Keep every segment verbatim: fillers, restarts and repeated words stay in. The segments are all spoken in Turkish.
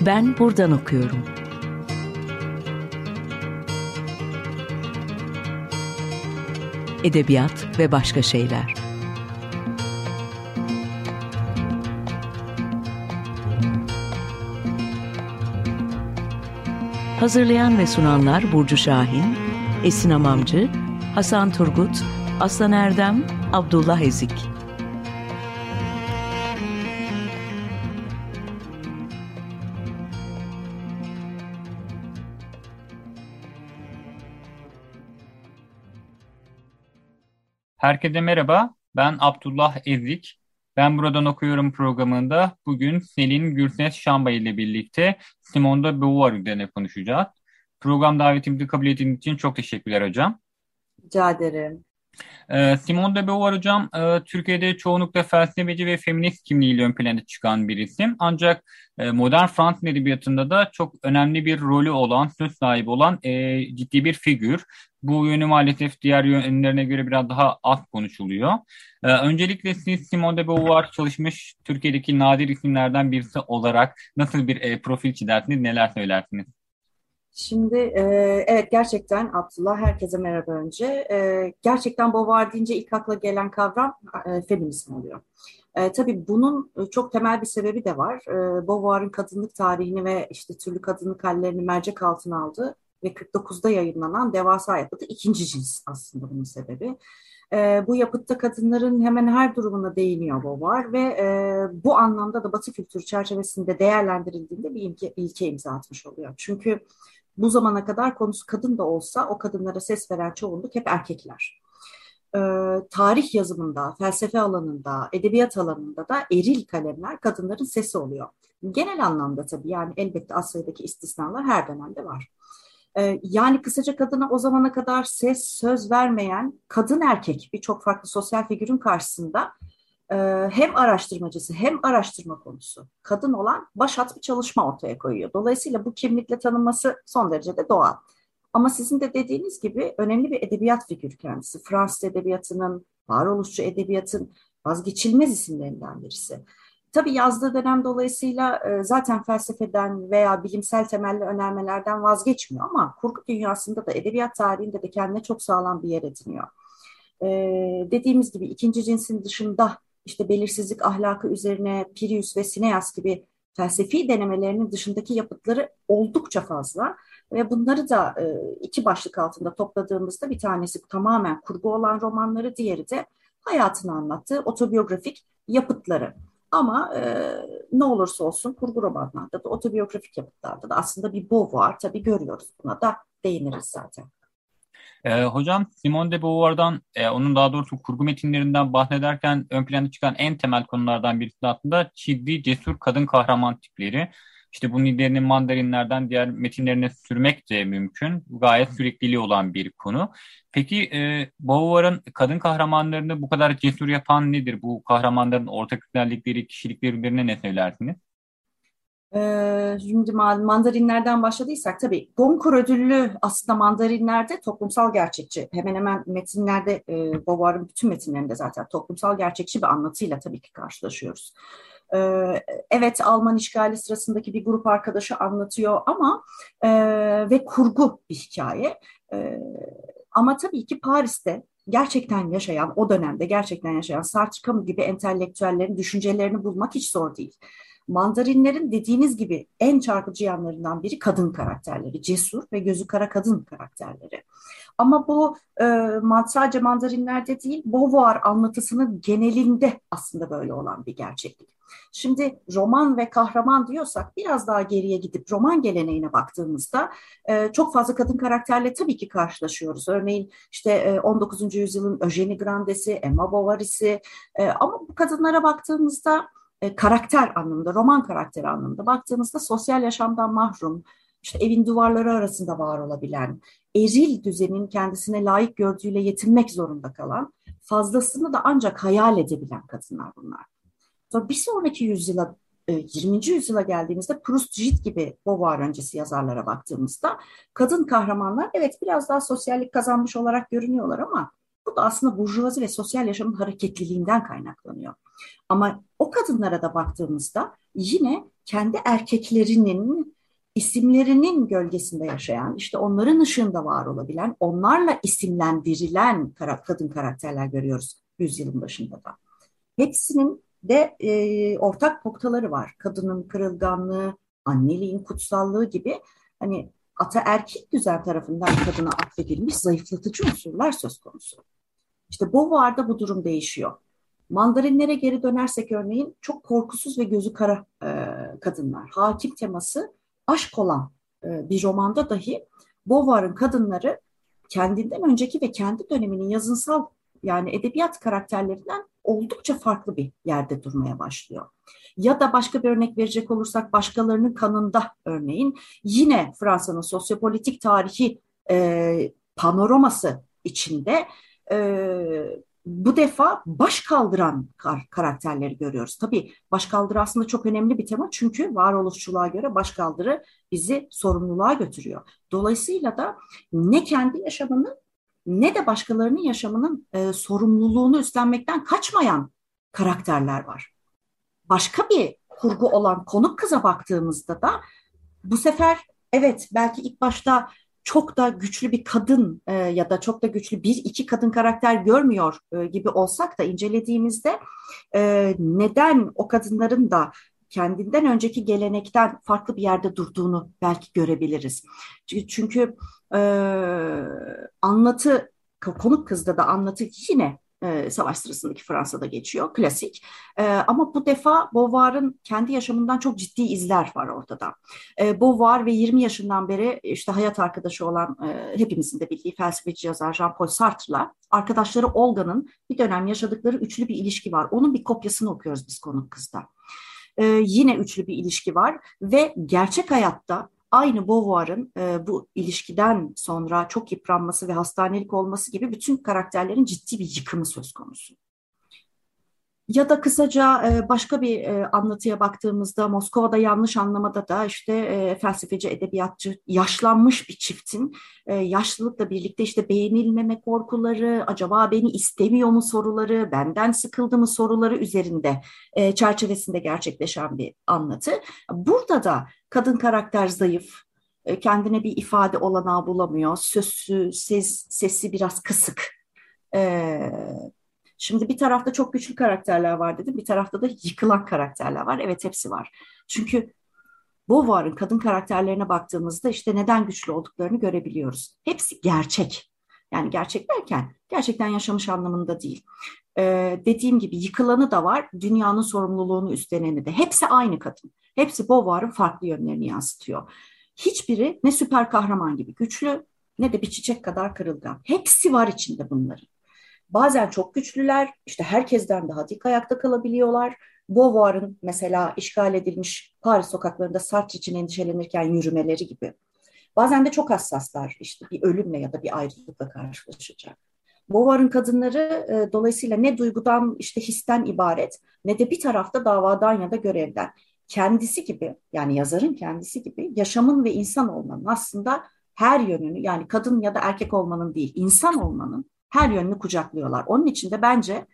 Ben buradan okuyorum. Edebiyat ve başka şeyler. Hazırlayan ve sunanlar Burcu Şahin, Esin Amamcı, Hasan Turgut, Aslan Erdem, Abdullah Ezik. Herkese merhaba, ben Abdullah Ezik. Ben buradan okuyorum programında bugün Selin Gürses Şambay ile birlikte Simone de Beauvoir üzerine konuşacağız. Program davetimizi kabul ettiğiniz için çok teşekkürler hocam. Rica ederim. Ee, Simone de Beauvoir hocam, e, Türkiye'de çoğunlukla felsefeci ve feminist kimliğiyle ön plana çıkan bir isim. Ancak e, modern Fransız edebiyatında da çok önemli bir rolü olan, söz sahibi olan e, ciddi bir figür. Bu yönü maalesef diğer yönlerine göre biraz daha az konuşuluyor. Ee, öncelikle siz Simone de Beauvoir çalışmış Türkiye'deki nadir isimlerden birisi olarak nasıl bir e, profil çizersiniz, neler söylersiniz? Şimdi e, evet gerçekten Abdullah herkese merhaba önce. E, gerçekten Beauvoir deyince ilk akla gelen kavram e, feminizm oluyor. E, tabii bunun e, çok temel bir sebebi de var. E, Beauvoir'ın kadınlık tarihini ve işte türlü kadınlık hallerini mercek altına aldı ve kırk dokuzda yayınlanan devasa yapıtı ikinci cins aslında bunun sebebi. E, bu yapıtta kadınların hemen her durumuna değiniyor Beauvoir ve e, bu anlamda da Batı kültürü çerçevesinde değerlendirildiğinde bir ilke, ilke imza atmış oluyor. Çünkü bu zamana kadar konusu kadın da olsa o kadınlara ses veren çoğunluk hep erkekler. Ee, tarih yazımında, felsefe alanında, edebiyat alanında da eril kalemler kadınların sesi oluyor. Genel anlamda tabii yani elbette az sayıdaki istisnalar her dönemde var. Ee, yani kısaca kadına o zamana kadar ses, söz vermeyen kadın erkek birçok farklı sosyal figürün karşısında e, hem araştırmacısı hem araştırma konusu kadın olan başat bir çalışma ortaya koyuyor. Dolayısıyla bu kimlikle tanınması son derece de doğal. Ama sizin de dediğiniz gibi önemli bir edebiyat figürü kendisi. Fransız edebiyatının, varoluşçu edebiyatın vazgeçilmez isimlerinden birisi. Tabii yazdığı dönem dolayısıyla e, zaten felsefeden veya bilimsel temelli önermelerden vazgeçmiyor ama kurgu dünyasında da edebiyat tarihinde de kendine çok sağlam bir yer ediniyor. E, dediğimiz gibi ikinci cinsin dışında işte belirsizlik ahlakı üzerine Pirius ve Sineas gibi felsefi denemelerinin dışındaki yapıtları oldukça fazla. Ve bunları da e, iki başlık altında topladığımızda bir tanesi tamamen kurgu olan romanları, diğeri de hayatını anlattığı otobiyografik yapıtları. Ama e, ne olursa olsun kurgu romanlarda da otobiyografik yapıtlarda da aslında bir Beauvoir tabii görüyoruz. Buna da değiniriz zaten. Ee, hocam Simone de Beauvoir'dan, e, onun daha doğrusu kurgu metinlerinden bahsederken ön plana çıkan en temel konulardan birisi de aslında çizdiği cesur kadın kahraman tipleri. İşte bunun izlerini mandarinlerden diğer metinlerine sürmek de mümkün. Gayet sürekliliği olan bir konu. Peki e, Beauvoir'ın kadın kahramanlarını bu kadar cesur yapan nedir? Bu kahramanların ortak özellikleri, kişilikleri üzerine ne söylersiniz? Ee, şimdi mandarinlerden başladıysak tabii Goncourt ödüllü aslında mandarinlerde toplumsal gerçekçi. Hemen hemen metinlerde e, Beauvoir'ın bütün metinlerinde zaten toplumsal gerçekçi bir anlatıyla tabii ki karşılaşıyoruz. Ee, evet Alman işgali sırasındaki bir grup arkadaşı anlatıyor ama e, ve kurgu bir hikaye. E, ama tabii ki Paris'te gerçekten yaşayan, o dönemde gerçekten yaşayan Sartre, Camus gibi entelektüellerin düşüncelerini bulmak hiç zor değil. Mandarinlerin dediğiniz gibi en çarpıcı yanlarından biri kadın karakterleri, cesur ve gözü kara kadın karakterleri. Ama bu e, sadece mandarinlerde değil, Beauvoir anlatısının genelinde aslında böyle olan bir gerçeklik. Şimdi roman ve kahraman diyorsak biraz daha geriye gidip roman geleneğine baktığımızda e, çok fazla kadın karakterle tabii ki karşılaşıyoruz. Örneğin işte e, on dokuzuncu yüzyılın Eugenie Grande'si, Emma Bovary'si e, ama bu kadınlara baktığımızda e, karakter anlamında, roman karakteri anlamında baktığımızda sosyal yaşamdan mahrum, işte evin duvarları arasında var olabilen, eril düzenin kendisine layık gördüğüyle yetinmek zorunda kalan, fazlasını da ancak hayal edebilen kadınlar bunlar. Sonra bir sonraki yüzyıla, e, yirminci yüzyıla geldiğimizde Proust, Gide gibi Beauvoir öncesi yazarlara baktığımızda kadın kahramanlar evet biraz daha sosyallik kazanmış olarak görünüyorlar ama bu Bu da aslında burjuvazi ve sosyal yaşamın hareketliliğinden kaynaklanıyor. Ama o kadınlara da baktığımızda yine kendi erkeklerinin isimlerinin gölgesinde yaşayan, işte onların ışığında var olabilen, onlarla isimlendirilen kadın karakterler görüyoruz yüzyılın başında da. Hepsinin de e, ortak noktaları var. Kadının kırılganlığı, anneliğin kutsallığı gibi hani ataerkil düzen tarafından kadına atfedilmiş zayıflatıcı unsurlar söz konusu. İşte Beauvoir'da bu durum değişiyor. Mandarinlere geri dönersek örneğin çok korkusuz ve gözü kara e, kadınlar. Hakim teması aşk olan e, bir romanda dahi Beauvoir'ın kadınları kendinden önceki ve kendi döneminin yazınsal yani edebiyat karakterlerinden oldukça farklı bir yerde durmaya başlıyor. Ya da başka bir örnek verecek olursak başkalarının kanında örneğin yine Fransa'nın sosyopolitik tarihi e, panoraması içinde e, bu defa baş kaldıran kar- karakterleri görüyoruz. Tabii başkaldırı aslında çok önemli bir tema çünkü varoluşçuluğa göre başkaldırı bizi sorumluluğa götürüyor. Dolayısıyla da ne kendi yaşamını ne de başkalarının yaşamının e, sorumluluğunu üstlenmekten kaçmayan karakterler var. Başka bir kurgu olan Konuk Kız'a baktığımızda da bu sefer evet belki ilk başta çok da güçlü bir kadın e, ya da çok da güçlü bir iki kadın karakter görmüyor e, gibi olsak da incelediğimizde e, neden o kadınların da kendinden önceki gelenekten farklı bir yerde durduğunu belki görebiliriz. Çünkü, çünkü e, anlatı Konuk Kız'da da anlatı yine e, savaş sırasındaki Fransa'da geçiyor, klasik. E, ama bu defa Beauvoir'ın kendi yaşamından çok ciddi izler var ortada. E, Beauvoir ve yirmi yaşından beri işte hayat arkadaşı olan e, hepimizin de bildiği felsefeci yazar Jean-Paul Sartre'la arkadaşları Olga'nın bir dönem yaşadıkları üçlü bir ilişki var. Onun bir kopyasını okuyoruz biz Konuk Kız'da. E, yine üçlü bir ilişki var ve gerçek hayatta aynı Beauvoir'ın e, bu ilişkiden sonra çok yıpranması ve hastanelik olması gibi bütün karakterlerin ciddi bir yıkımı söz konusu. Ya da kısaca e, başka bir e, anlatıya baktığımızda Moskova'da yanlış anlamada da işte e, felsefeci, edebiyatçı, yaşlanmış bir çiftin e, yaşlılıkla birlikte işte beğenilmeme korkuları, acaba beni istemiyor mu soruları, benden sıkıldı mı soruları üzerinde e, çerçevesinde gerçekleşen bir anlatı. Burada da kadın karakter zayıf, e, kendine bir ifade olanağı bulamıyor, sözü, ses, sesi biraz kısık. E, Şimdi bir tarafta çok güçlü karakterler var dedim, bir tarafta da yıkılan karakterler var. Evet hepsi var. Çünkü Beauvoir'ın kadın karakterlerine baktığımızda işte neden güçlü olduklarını görebiliyoruz. Hepsi gerçek. Yani gerçek derken gerçekten yaşamış anlamında değil. Ee, dediğim gibi yıkılanı da var, dünyanın sorumluluğunu üstleneni de. Hepsi aynı kadın. Hepsi Beauvoir'ın farklı yönlerini yansıtıyor. Hiçbiri ne süper kahraman gibi güçlü ne de bir çiçek kadar kırılgan. Hepsi var içinde bunların. Bazen çok güçlüler, işte herkesten daha dik ayakta kalabiliyorlar. Beauvoir'ın mesela işgal edilmiş Paris sokaklarında Sartre için endişelenirken yürümeleri gibi. Bazen de çok hassaslar, işte bir ölümle ya da bir ayrılıkla karşılaşacak. Beauvoir'ın kadınları e, dolayısıyla ne duygudan, işte histen ibaret, ne de bir tarafta davadan ya da görevden. Kendisi gibi, yani yazarın kendisi gibi yaşamın ve insan olmanın aslında her yönünü, yani kadın ya da erkek olmanın değil, insan olmanın her yönünü kucaklıyorlar. Onun için de bence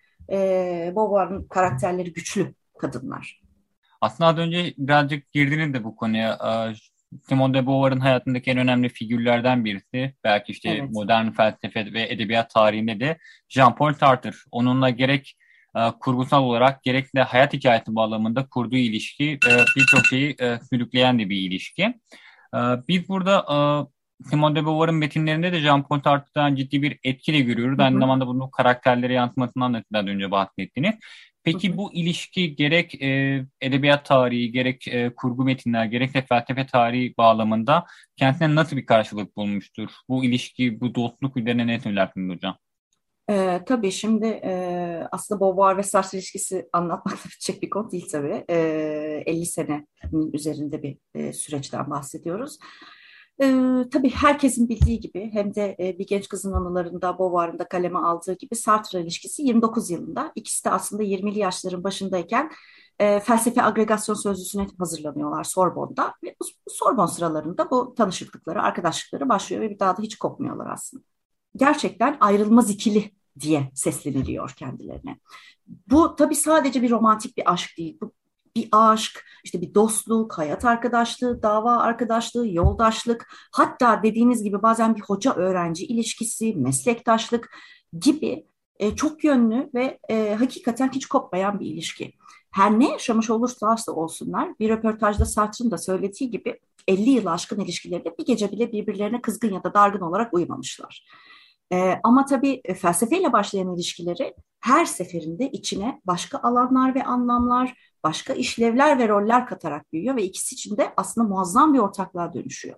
e, Beauvoir'ın karakterleri güçlü kadınlar. Aslında az önce birazcık girdiniz de bu konuya. Ee, Simone de Beauvoir'ın hayatındaki en önemli figürlerden birisi. Belki işte Evet. modern felsefe ve edebiyat tarihinde de Jean-Paul Sartre. Onunla gerek e, kurgusal olarak gerek de hayat hikayesi bağlamında kurduğu ilişki e, birçok şeyi e, sürükleyen de bir ilişki. E, biz burada e, Simone de Beauvoir'ın metinlerinde de Jean-Paul Sartre'dan ciddi bir etki de görüyoruz. Hı Aynı hı. zamanda bunun karakterlere yansımasından da daha önce bahsettiniz. Hı Peki hı. bu ilişki gerek e, edebiyat tarihi, gerek e, kurgu metinler, gerek de felsefe tarihi bağlamında kendisine nasıl bir karşılık bulmuştur? Bu ilişki, bu dostluk üzerine ne söylersiniz hocam? Ee, tabii şimdi e, aslında Beauvoir ve Sartre ilişkisi anlatmakla bitecek bir konu değil tabii. Ee, elli senenin üzerinde bir e, süreçten bahsediyoruz. Ee, tabii herkesin bildiği gibi hem de e, bir genç kızın anılarında Beauvoir'ın da kaleme aldığı gibi Sartre ilişkisi yirmi dokuz yılında. İkisi de aslında yirmili yaşların başındayken e, felsefe agregasyon sözlüsüne hazırlanıyorlar Sorbonne'da. Ve bu, bu Sorbonne sıralarında bu tanışıklıkları, arkadaşlıkları başlıyor ve bir daha da hiç kopmuyorlar aslında. Gerçekten ayrılmaz ikili diye sesleniliyor kendilerine. Bu tabii sadece bir romantik bir aşk değil. Bu bir aşk, işte bir dostluk, hayat arkadaşlığı, dava arkadaşlığı, yoldaşlık, hatta dediğiniz gibi bazen bir hoca-öğrenci ilişkisi, meslektaşlık gibi e, çok yönlü ve e, hakikaten hiç kopmayan bir ilişki. Her ne yaşamış olursa olsunlar, bir röportajda Sartre'ın da söylediği gibi elli yıl aşkın ilişkilerinde bir gece bile birbirlerine kızgın ya da dargın olarak uyumamışlar. Ee, ama tabii e, felsefeyle başlayan ilişkileri her seferinde içine başka alanlar ve anlamlar, başka işlevler ve roller katarak büyüyor ve ikisi için de aslında muazzam bir ortaklığa dönüşüyor.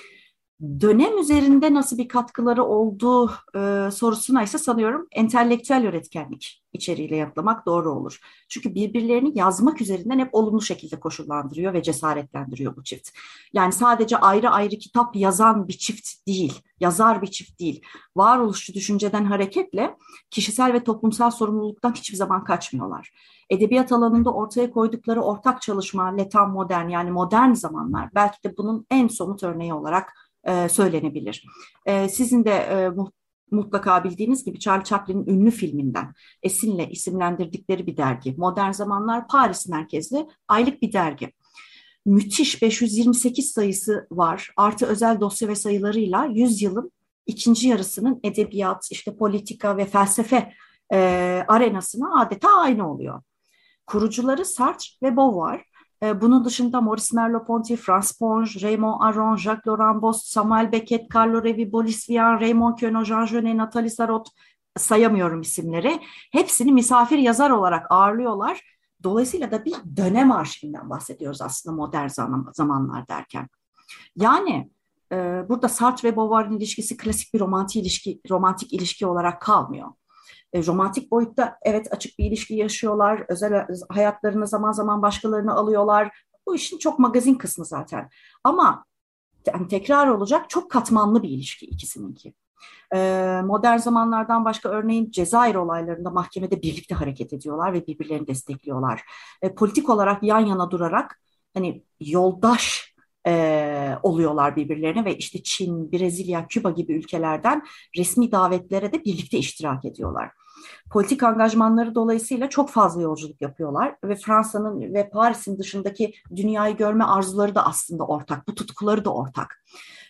Dönem üzerinde nasıl bir katkıları olduğu e, sorusuna ise sanıyorum entelektüel üretkenlik içeriğiyle yanıtlamak doğru olur. Çünkü birbirlerini yazmak üzerinden hep olumlu şekilde koşullandırıyor ve cesaretlendiriyor bu çift. Yani sadece ayrı ayrı kitap yazan bir çift değil, yazar bir çift değil. Varoluşçu düşünceden hareketle kişisel ve toplumsal sorumluluktan hiçbir zaman kaçmıyorlar. Edebiyat alanında ortaya koydukları ortak çalışma, Letan Modern yani modern zamanlar belki de bunun en somut örneği olarak e, söylenebilir. E, sizin de e, mutlaka bildiğiniz gibi Charlie Chaplin'in ünlü filminden esinle isimlendirdikleri bir dergi. Modern Zamanlar Paris merkezli aylık bir dergi. Müthiş beş yüz yirmi sekiz sayısı var. Artı özel dosya ve sayılarıyla yüzyılın ikinci yarısının edebiyat, işte politika ve felsefe e, arenasına adeta aynı oluyor. Kurucuları Sartre ve Beauvoir. E, bunun dışında Maurice Merleau-Ponty, Franz Ponge, Raymond Aron, Jacques Laurent Bost, Samuel Beckett, Carlo Revi, Boris Vian, Raymond Queneau, Jean Genet, Nathalie Sarraute, sayamıyorum isimleri. Hepsini misafir yazar olarak ağırlıyorlar. Dolayısıyla da bir dönem arşivinden bahsediyoruz aslında modern zamanlar derken. Yani e, burada Sartre ve Beauvoir'ın ilişkisi klasik bir romantik ilişki, romantik ilişki olarak kalmıyor. E, romantik boyutta evet açık bir ilişki yaşıyorlar, özel hayatlarını zaman zaman başkalarını alıyorlar. Bu işin çok magazin kısmı zaten. Ama yani tekrar olacak çok katmanlı bir ilişki ikisininki. E, modern zamanlardan başka örneğin Cezayir olaylarında mahkemede birlikte hareket ediyorlar ve birbirlerini destekliyorlar. E, politik olarak yan yana durarak hani yoldaş e, oluyorlar birbirlerine ve işte Çin, Brezilya, Küba gibi ülkelerden resmi davetlere de birlikte iştirak ediyorlar. Politik angajmanları dolayısıyla çok fazla yolculuk yapıyorlar ve Fransa'nın ve Paris'in dışındaki dünyayı görme arzuları da aslında ortak, bu tutkuları da ortak.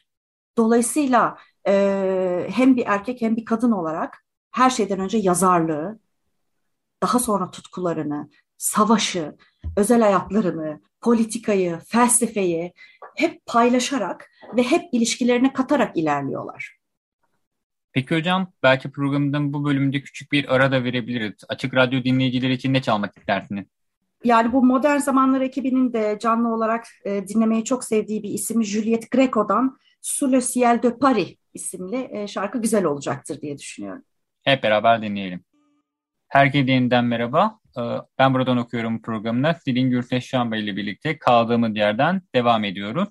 Dolayısıyla e, hem bir erkek hem bir kadın olarak her şeyden önce yazarlığı, daha sonra tutkularını, savaşı, özel hayatlarını, politikayı, felsefeyi hep paylaşarak ve hep ilişkilerine katarak ilerliyorlar. Peki hocam, belki programın bu bölümünde küçük bir ara da verebiliriz. Açık Radyo dinleyicileri için ne çalmak istersiniz? Yani bu Modern Zamanlar ekibinin de canlı olarak e, dinlemeyi çok sevdiği bir isim Juliette Gréco'dan Sous le ciel de Paris isimli e, şarkı güzel olacaktır diye düşünüyorum. Hep beraber dinleyelim. Herkese yeniden merhaba. Ben buradan okuyorum programına. Selin Gürses Şamba ile birlikte kaldığımız yerden devam ediyoruz.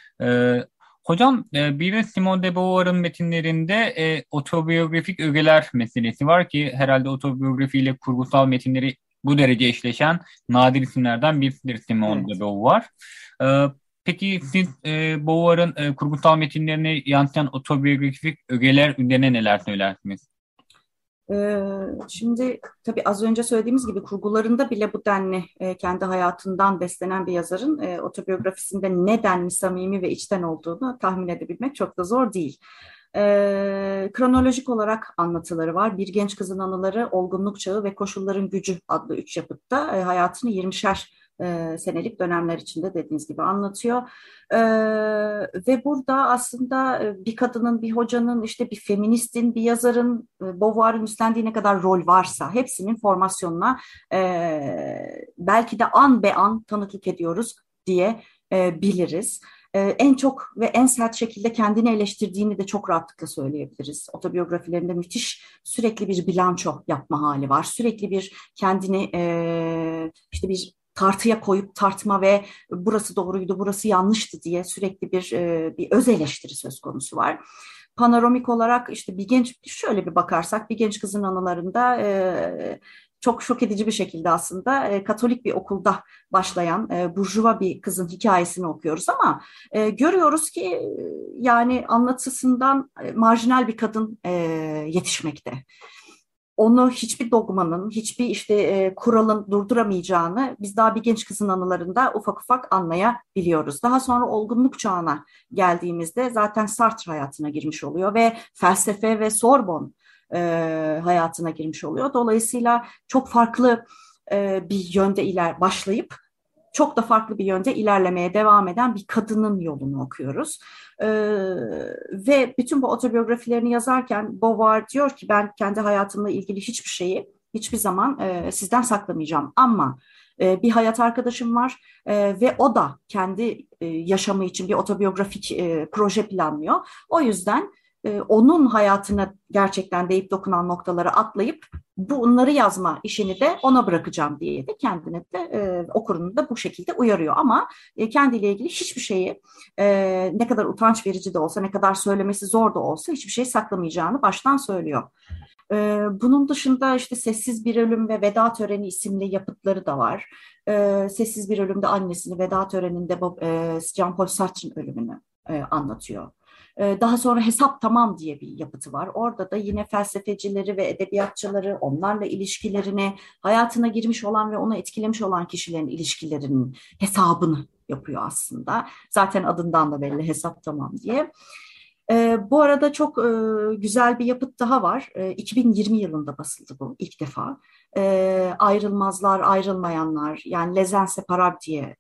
Hocam, bir de Simone de Beauvoir'ın metinlerinde e, otobiyografik ögeler meselesi var ki herhalde otobiyografiyle kurgusal metinleri bu derece eşleşen nadir isimlerden birisidir Simone evet. de Beauvoir. E, peki siz e, Beauvoir'ın e, kurgusal metinlerini yansıtan otobiyografik ögeler üzerine neler söylersiniz? Şimdi tabii az önce söylediğimiz gibi kurgularında bile bu denli kendi hayatından beslenen bir yazarın otobiyografisinde ne denli samimi ve içten olduğunu tahmin edebilmek çok da zor değil. Ee, kronolojik olarak anlatıları var. Bir genç kızın anıları, olgunluk çağı ve koşulların gücü adlı üç yapıtta e, hayatını yirmişer e, senelik dönemler içinde dediğiniz gibi anlatıyor. E, ve burada aslında bir kadının, bir hocanın, işte bir feministin, bir yazarın, e, Beauvoir'ın üstlendiği ne kadar rol varsa hepsinin formasyonuna e, belki de an be an tanıklık ediyoruz diye e, biliriz. En çok ve en sert şekilde kendini eleştirdiğini de çok rahatlıkla söyleyebiliriz. Otobiyografilerinde müthiş sürekli bir bilanço yapma hali var. Sürekli bir kendini e, işte bir tartıya koyup tartma ve burası doğruydu, burası yanlıştı diye sürekli bir e, bir öz eleştiri söz konusu var. Panoramik olarak işte bir genç, şöyle bir bakarsak bir genç kızın anılarında e, çok şok edici bir şekilde aslında e, Katolik bir okulda başlayan e, burjuva bir kızın hikayesini okuyoruz ama e, görüyoruz ki e, yani anlatısından e, marjinal bir kadın e, yetişmekte. onu hiçbir dogmanın, hiçbir işte e, kuralın durduramayacağını biz daha bir genç kızın anılarında ufak ufak anlayabiliyoruz. Daha sonra olgunluk çağına geldiğimizde zaten Sartre hayatına girmiş oluyor ve felsefe ve Sorbonne e, hayatına girmiş oluyor. Dolayısıyla çok farklı e, bir yönde iler başlayıp çok da farklı bir yönde ilerlemeye devam eden bir kadının yolunu okuyoruz. Ee, ve bütün bu otobiyografilerini yazarken Beauvoir diyor ki ben kendi hayatımla ilgili hiçbir şeyi hiçbir zaman e, sizden saklamayacağım. Ama e, bir hayat arkadaşım var e, ve o da kendi e, yaşamı için bir otobiyografik e, proje planlıyor. O yüzden e, onun hayatına gerçekten değip dokunan noktaları atlayıp bunları yazma işini de ona bırakacağım diye de kendine de e, okurunu da bu şekilde uyarıyor. Ama e, kendiyle ilgili hiçbir şeyi e, ne kadar utanç verici de olsa, ne kadar söylemesi zor da olsa hiçbir şey saklamayacağını baştan söylüyor. E, bunun dışında işte Sessiz Bir Ölüm ve Veda Töreni isimli yapıtları da var. E, Sessiz Bir Ölüm'de annesini, Veda Töreni'nde e, Jean-Paul Sartre'ın ölümünü e, anlatıyor. Daha sonra Hesap Tamam diye bir yapıtı var. Orada da yine felsefecileri ve edebiyatçıları, onlarla ilişkilerini, hayatına girmiş olan ve onu etkilemiş olan kişilerin ilişkilerinin hesabını yapıyor aslında. Zaten adından da belli, Hesap Tamam diye. E, bu arada çok e, güzel bir yapıt daha var. E, iki bin yirmi yılında basıldı bu ilk defa. E, Ayrılmazlar, Ayrılmayanlar, yani Les Inséparables diye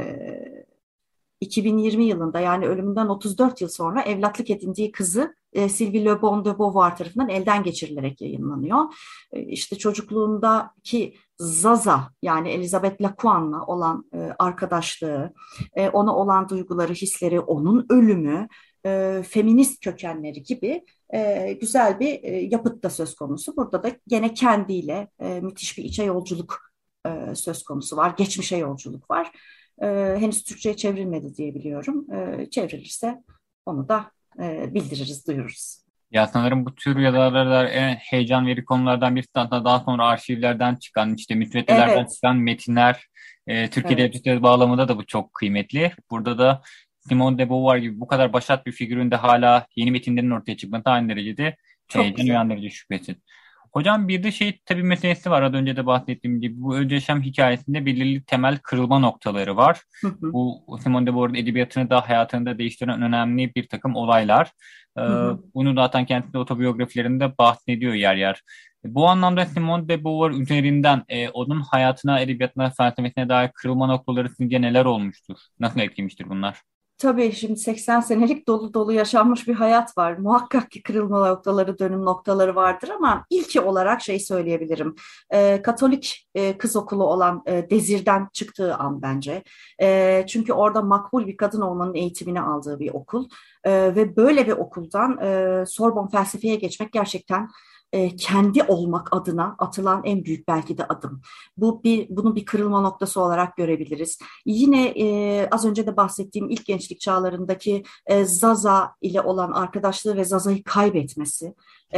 e, iki bin yirmi yılında, yani ölümünden otuz dört yıl sonra evlatlık edindiği kızı e, Sylvie Le Bon de Beauvoir tarafından elden geçirilerek yayınlanıyor. E, işte çocukluğundaki Zaza, yani Elizabeth Laquan'la olan e, arkadaşlığı, e, ona olan duyguları, hisleri, onun ölümü, e, feminist kökenleri gibi e, güzel bir e, yapıt da söz konusu. Burada da gene kendiyle e, müthiş bir içe yolculuk e, söz konusu var, geçmişe yolculuk var. Ee, henüz Türkçe'ye çevrilmedi diye biliyorum. Ee, çevrilirse onu da e, bildiririz, duyururuz. Ya sanırım bu tür yazarlar en heyecan verici konulardan birisi, hatta daha sonra arşivlerden çıkan, işte müsveddelerden Evet, çıkan metinler e, Türkiye'de evet. edebiyat bağlamında da bu çok kıymetli. Burada da Simone de Beauvoir gibi bu kadar başat bir figürün de hala yeni metinlerin ortaya çıkması aynı derecede Çok heyecan güzel. uyandırıcı, şüphesiz. Hocam bir de şey tabii meselesi var, az önce de bahsettiğim gibi bu öz yaşam hikayesinde belirli temel kırılma noktaları var. Hı hı, Bu Simone de Beauvoir'ın edebiyatını da hayatını da değiştiren önemli bir takım olaylar. Ee, hı hı. bunu zaten kendisi otobiyografilerinde bahsediyor yer yer. Bu anlamda Simone de Beauvoir üzerinden e, onun hayatına, edebiyatına, felsefesine dair kırılma noktaları sizce neler olmuştur? Nasıl etkilemiştir bunlar? Tabii şimdi seksen senelik dolu dolu yaşanmış bir hayat var. Muhakkak ki kırılma noktaları, dönüm noktaları vardır ama ilki olarak şey söyleyebilirim. Ee, Katolik e, kız okulu olan e, Dezir'den çıktığı an bence. E, çünkü orada makbul bir kadın olmanın eğitimini aldığı bir okul. E, ve böyle bir okuldan e, Sorbonne felsefeye geçmek gerçekten e, kendi olmak adına atılan en büyük belki de adım. Bu bir, bunu bir kırılma noktası olarak görebiliriz. Yine e, az önce de bahsettiğim ilk gençlik çağlarındaki e, Zaza ile olan arkadaşlığı ve Zaza'yı kaybetmesi,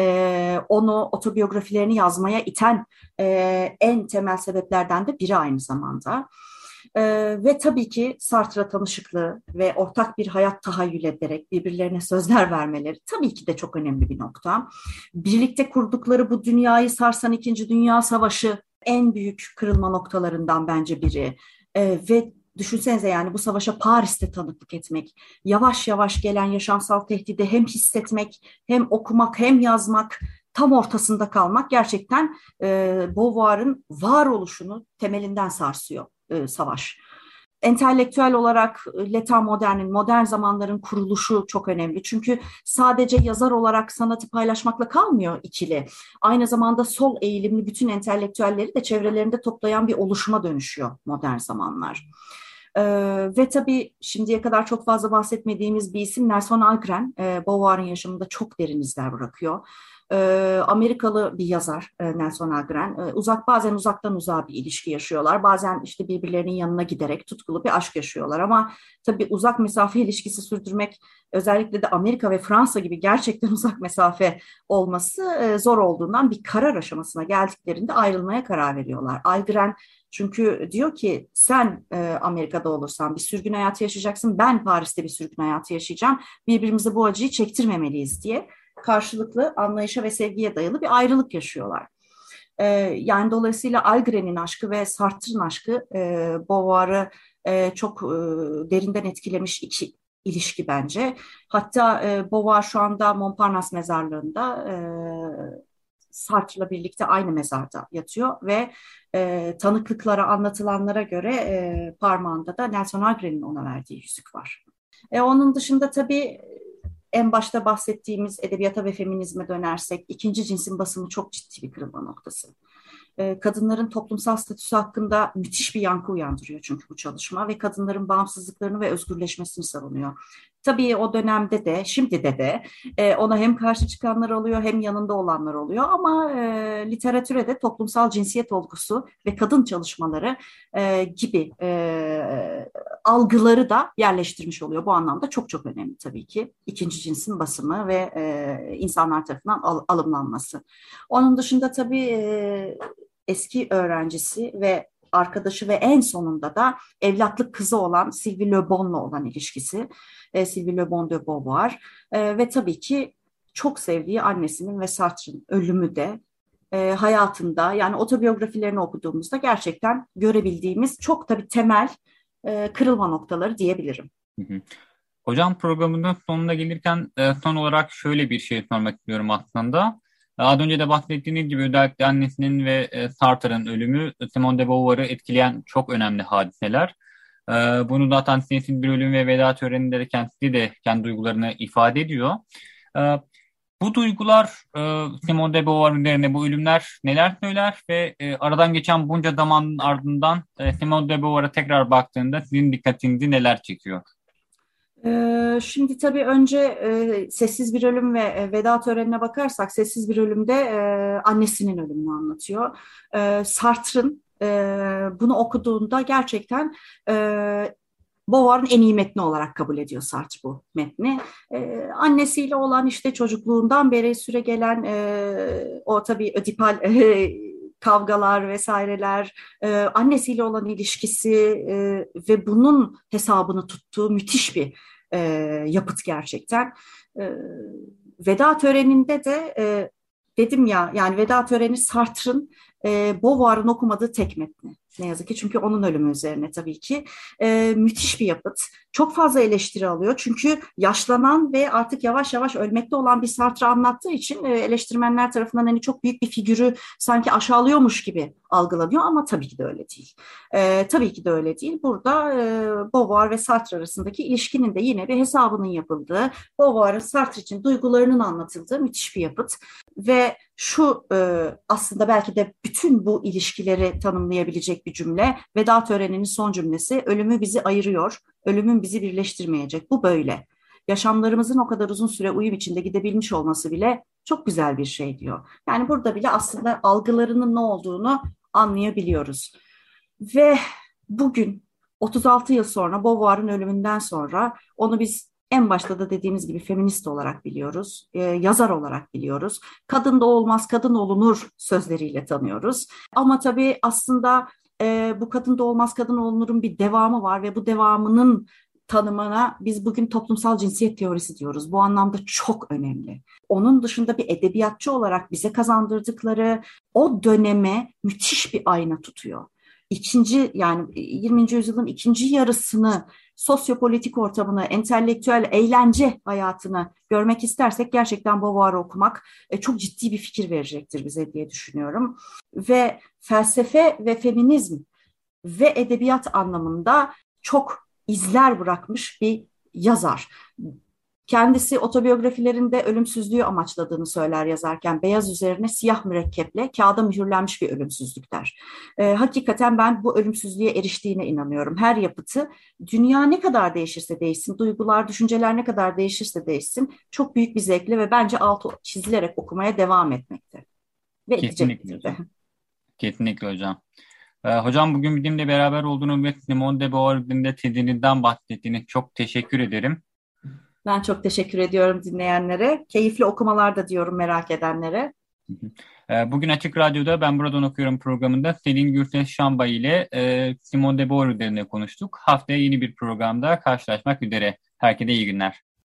e, onu otobiyografilerini yazmaya iten e, en temel sebeplerden de biri aynı zamanda. Ee, ve tabii ki Sartre'la tanışıklığı ve ortak bir hayat tahayyül ederek birbirlerine sözler vermeleri tabii ki de çok önemli bir nokta. Birlikte kurdukları bu dünyayı sarsan İkinci Dünya Savaşı en büyük kırılma noktalarından bence biri. Ee, ve düşünsenize, yani bu savaşa Paris'te tanıklık etmek, yavaş yavaş gelen yaşamsal tehdidi hem hissetmek, hem okumak, hem yazmak, tam ortasında kalmak gerçekten e, Beauvoir'ın varoluşunu temelinden sarsıyor e, savaş. Entelektüel olarak L'État modernin, modern zamanların kuruluşu çok önemli. Çünkü sadece yazar olarak sanatı paylaşmakla kalmıyor ikili. Aynı zamanda sol eğilimli bütün entelektüelleri de çevrelerinde toplayan bir oluşuma dönüşüyor modern zamanlar. Ee, ve tabii şimdiye kadar çok fazla bahsetmediğimiz bir isim Nelson Algren, e, Beauvoir'ın yaşamında çok derin izler bırakıyor. Ee, Amerikalı bir yazar e, Nelson Algren. E, uzak bazen uzaktan uzağa bir ilişki yaşıyorlar. Bazen işte birbirlerinin yanına giderek tutkulu bir aşk yaşıyorlar. Ama tabii uzak mesafe ilişkisi sürdürmek, özellikle de Amerika ve Fransa gibi gerçekten uzak mesafe olması e, zor olduğundan bir karar aşamasına geldiklerinde ayrılmaya karar veriyorlar. Algren çünkü diyor ki sen e, Amerika'da olursan bir sürgün hayatı yaşayacaksın, ben Paris'te bir sürgün hayatı yaşayacağım. Birbirimize bu acıyı çektirmemeliyiz diye karşılıklı anlayışa ve sevgiye dayalı bir ayrılık yaşıyorlar. E, yani dolayısıyla Algren'in aşkı ve Sartre'ın aşkı e, Beauvoir'ı e, çok e, derinden etkilemiş iki ilişki bence. Hatta e, Beauvoir şu anda Montparnasse mezarlığında e, Sartre'la birlikte aynı mezarda yatıyor ve e, tanıklıklara, anlatılanlara göre e, parmağında da Nelson Algren'in ona verdiği yüzük var. E, onun dışında tabii en başta bahsettiğimiz edebiyata ve feminizme dönersek ikinci cinsin basımı çok ciddi bir kırılma noktası. E, kadınların toplumsal statüsü hakkında müthiş bir yankı uyandırıyor çünkü bu çalışma ve kadınların bağımsızlıklarını ve özgürleşmesini savunuyor. Tabii o dönemde de, şimdi de de e, ona hem karşı çıkanlar oluyor hem yanında olanlar oluyor ama e, literatüre de toplumsal cinsiyet olgusu ve kadın çalışmaları e, gibi e, algıları da yerleştirmiş oluyor. Bu anlamda çok çok önemli tabii ki. İkinci cinsin basımı ve e, insanlar tarafından al, alımlanması. Onun dışında tabii e, eski öğrencisi ve arkadaşı ve en sonunda da evlatlık kızı olan Sylvie Le Bon'la olan ilişkisi. E, Sylvie Le Bon de Beauvoir e, ve tabii ki çok sevdiği annesinin ve Sartre'ın ölümü de e, hayatında, yani otobiyografilerini okuduğumuzda gerçekten görebildiğimiz çok tabii temel e, kırılma noktaları diyebilirim. Hı hı. Hocam, programının sonuna gelirken e, son olarak şöyle bir şey sormak istiyorum aslında. E, Az önce de bahsettiğiniz gibi özellikle annesinin ve e, Sartre'ın ölümü Simone de Beauvoir'ı etkileyen çok önemli hadiseler. E, Bunu zaten Sessiz Bir Ölüm ve Veda Töreni'nde de kendisi de kendi duygularını ifade ediyor. E, Bu duygular, e, Simone de Beauvoir üzerine bu ölümler neler söyler ve e, aradan geçen bunca zamanın ardından e, Simone de Beauvoir'a tekrar baktığında sizin dikkatinizi neler çekiyor? Ee, Şimdi tabii önce e, Sessiz Bir Ölüm ve e, Veda Töreni'ne bakarsak Sessiz Bir Ölüm'de e, annesinin ölümünü anlatıyor. E, Sartre'ın e, bunu okuduğunda gerçekten e, Beauvoir'ın en iyi metni olarak kabul ediyor Sartre bu metni. E, annesiyle olan işte çocukluğundan beri süregelen e, o tabii ödipal e, kavgalar vesaireler, e, annesiyle olan ilişkisi e, ve bunun hesabını tuttuğu müthiş bir e, yapıt gerçekten. E, veda töreninde de e, dedim ya, yani veda töreni Sartre'ın e, Beauvoir'ın okumadığı tek metni. Ne yazık ki, çünkü onun ölümü üzerine tabii ki. E, müthiş bir yapıt. Çok fazla eleştiri alıyor. Çünkü yaşlanan ve artık yavaş yavaş ölmekte olan bir Sartre anlattığı için e, eleştirmenler tarafından hani çok büyük bir figürü sanki aşağılıyormuş gibi algılanıyor ama tabii ki de öyle değil. E, tabii ki de öyle değil. Burada e, Beauvoir ve Sartre arasındaki ilişkinin de yine bir hesabının yapıldığı, Beauvoir'ın Sartre için duygularının anlatıldığı müthiş bir yapıt. Ve şu e, aslında belki de bütün bu ilişkileri tanımlayabilecek bir cümle. Veda töreninin son cümlesi: ölümü bizi ayırıyor, ölümün bizi birleştirmeyecek. Bu böyle. Yaşamlarımızın o kadar uzun süre uyum içinde gidebilmiş olması bile çok güzel bir şey diyor. Yani burada bile aslında algılarının ne olduğunu anlayabiliyoruz. Ve bugün otuz altı yıl sonra, Beauvoir'ın ölümünden sonra, onu biz en başta da dediğimiz gibi feminist olarak biliyoruz, e, yazar olarak biliyoruz. Kadın da olmaz, kadın olunur sözleriyle tanıyoruz. Ama tabii aslında e, bu kadın da olmaz, kadın olunurun bir devamı var ve bu devamının tanımına biz bugün toplumsal cinsiyet teorisi diyoruz. Bu anlamda çok önemli. Onun dışında bir edebiyatçı olarak bize kazandırdıkları o döneme müthiş bir ayna tutuyor. İkinci, yani yirminci yüzyılın ikinci yarısını, sosyopolitik ortamını, entelektüel eğlence hayatını görmek istersek gerçekten Beauvoir'ı okumak e, çok ciddi bir fikir verecektir bize diye düşünüyorum. Ve felsefe ve feminizm ve edebiyat anlamında çok izler bırakmış bir yazar. Kendisi otobiyografilerinde ölümsüzlüğü amaçladığını söyler yazarken, beyaz üzerine siyah mürekkeple kağıda mühürlenmiş bir ölümsüzlük der. E, hakikaten ben bu ölümsüzlüğe eriştiğine inanıyorum. Her yapıtı, dünya ne kadar değişirse değişsin, duygular, düşünceler ne kadar değişirse değişsin, çok büyük bir zevkle ve bence altı çizilerek okumaya devam etmekte. Ve Kesinlikle edecektir de. hocam. Kesinlikle hocam. Ee, hocam, bugün bizimle beraber olduğunuz ve Simone de Beauvoir'ın tezinizden bahsettiğiniz çok teşekkür ederim. Ben çok teşekkür ediyorum dinleyenlere. Keyifli okumalar da diyorum merak edenlere. Ee, Bugün Açık Radyo'da Ben Buradan Okuyorum programında Selin Gürses Şambay ile e, Simone de Beauvoir üzerine konuştuk. Haftaya yeni bir programda karşılaşmak üzere. Herkese iyi günler.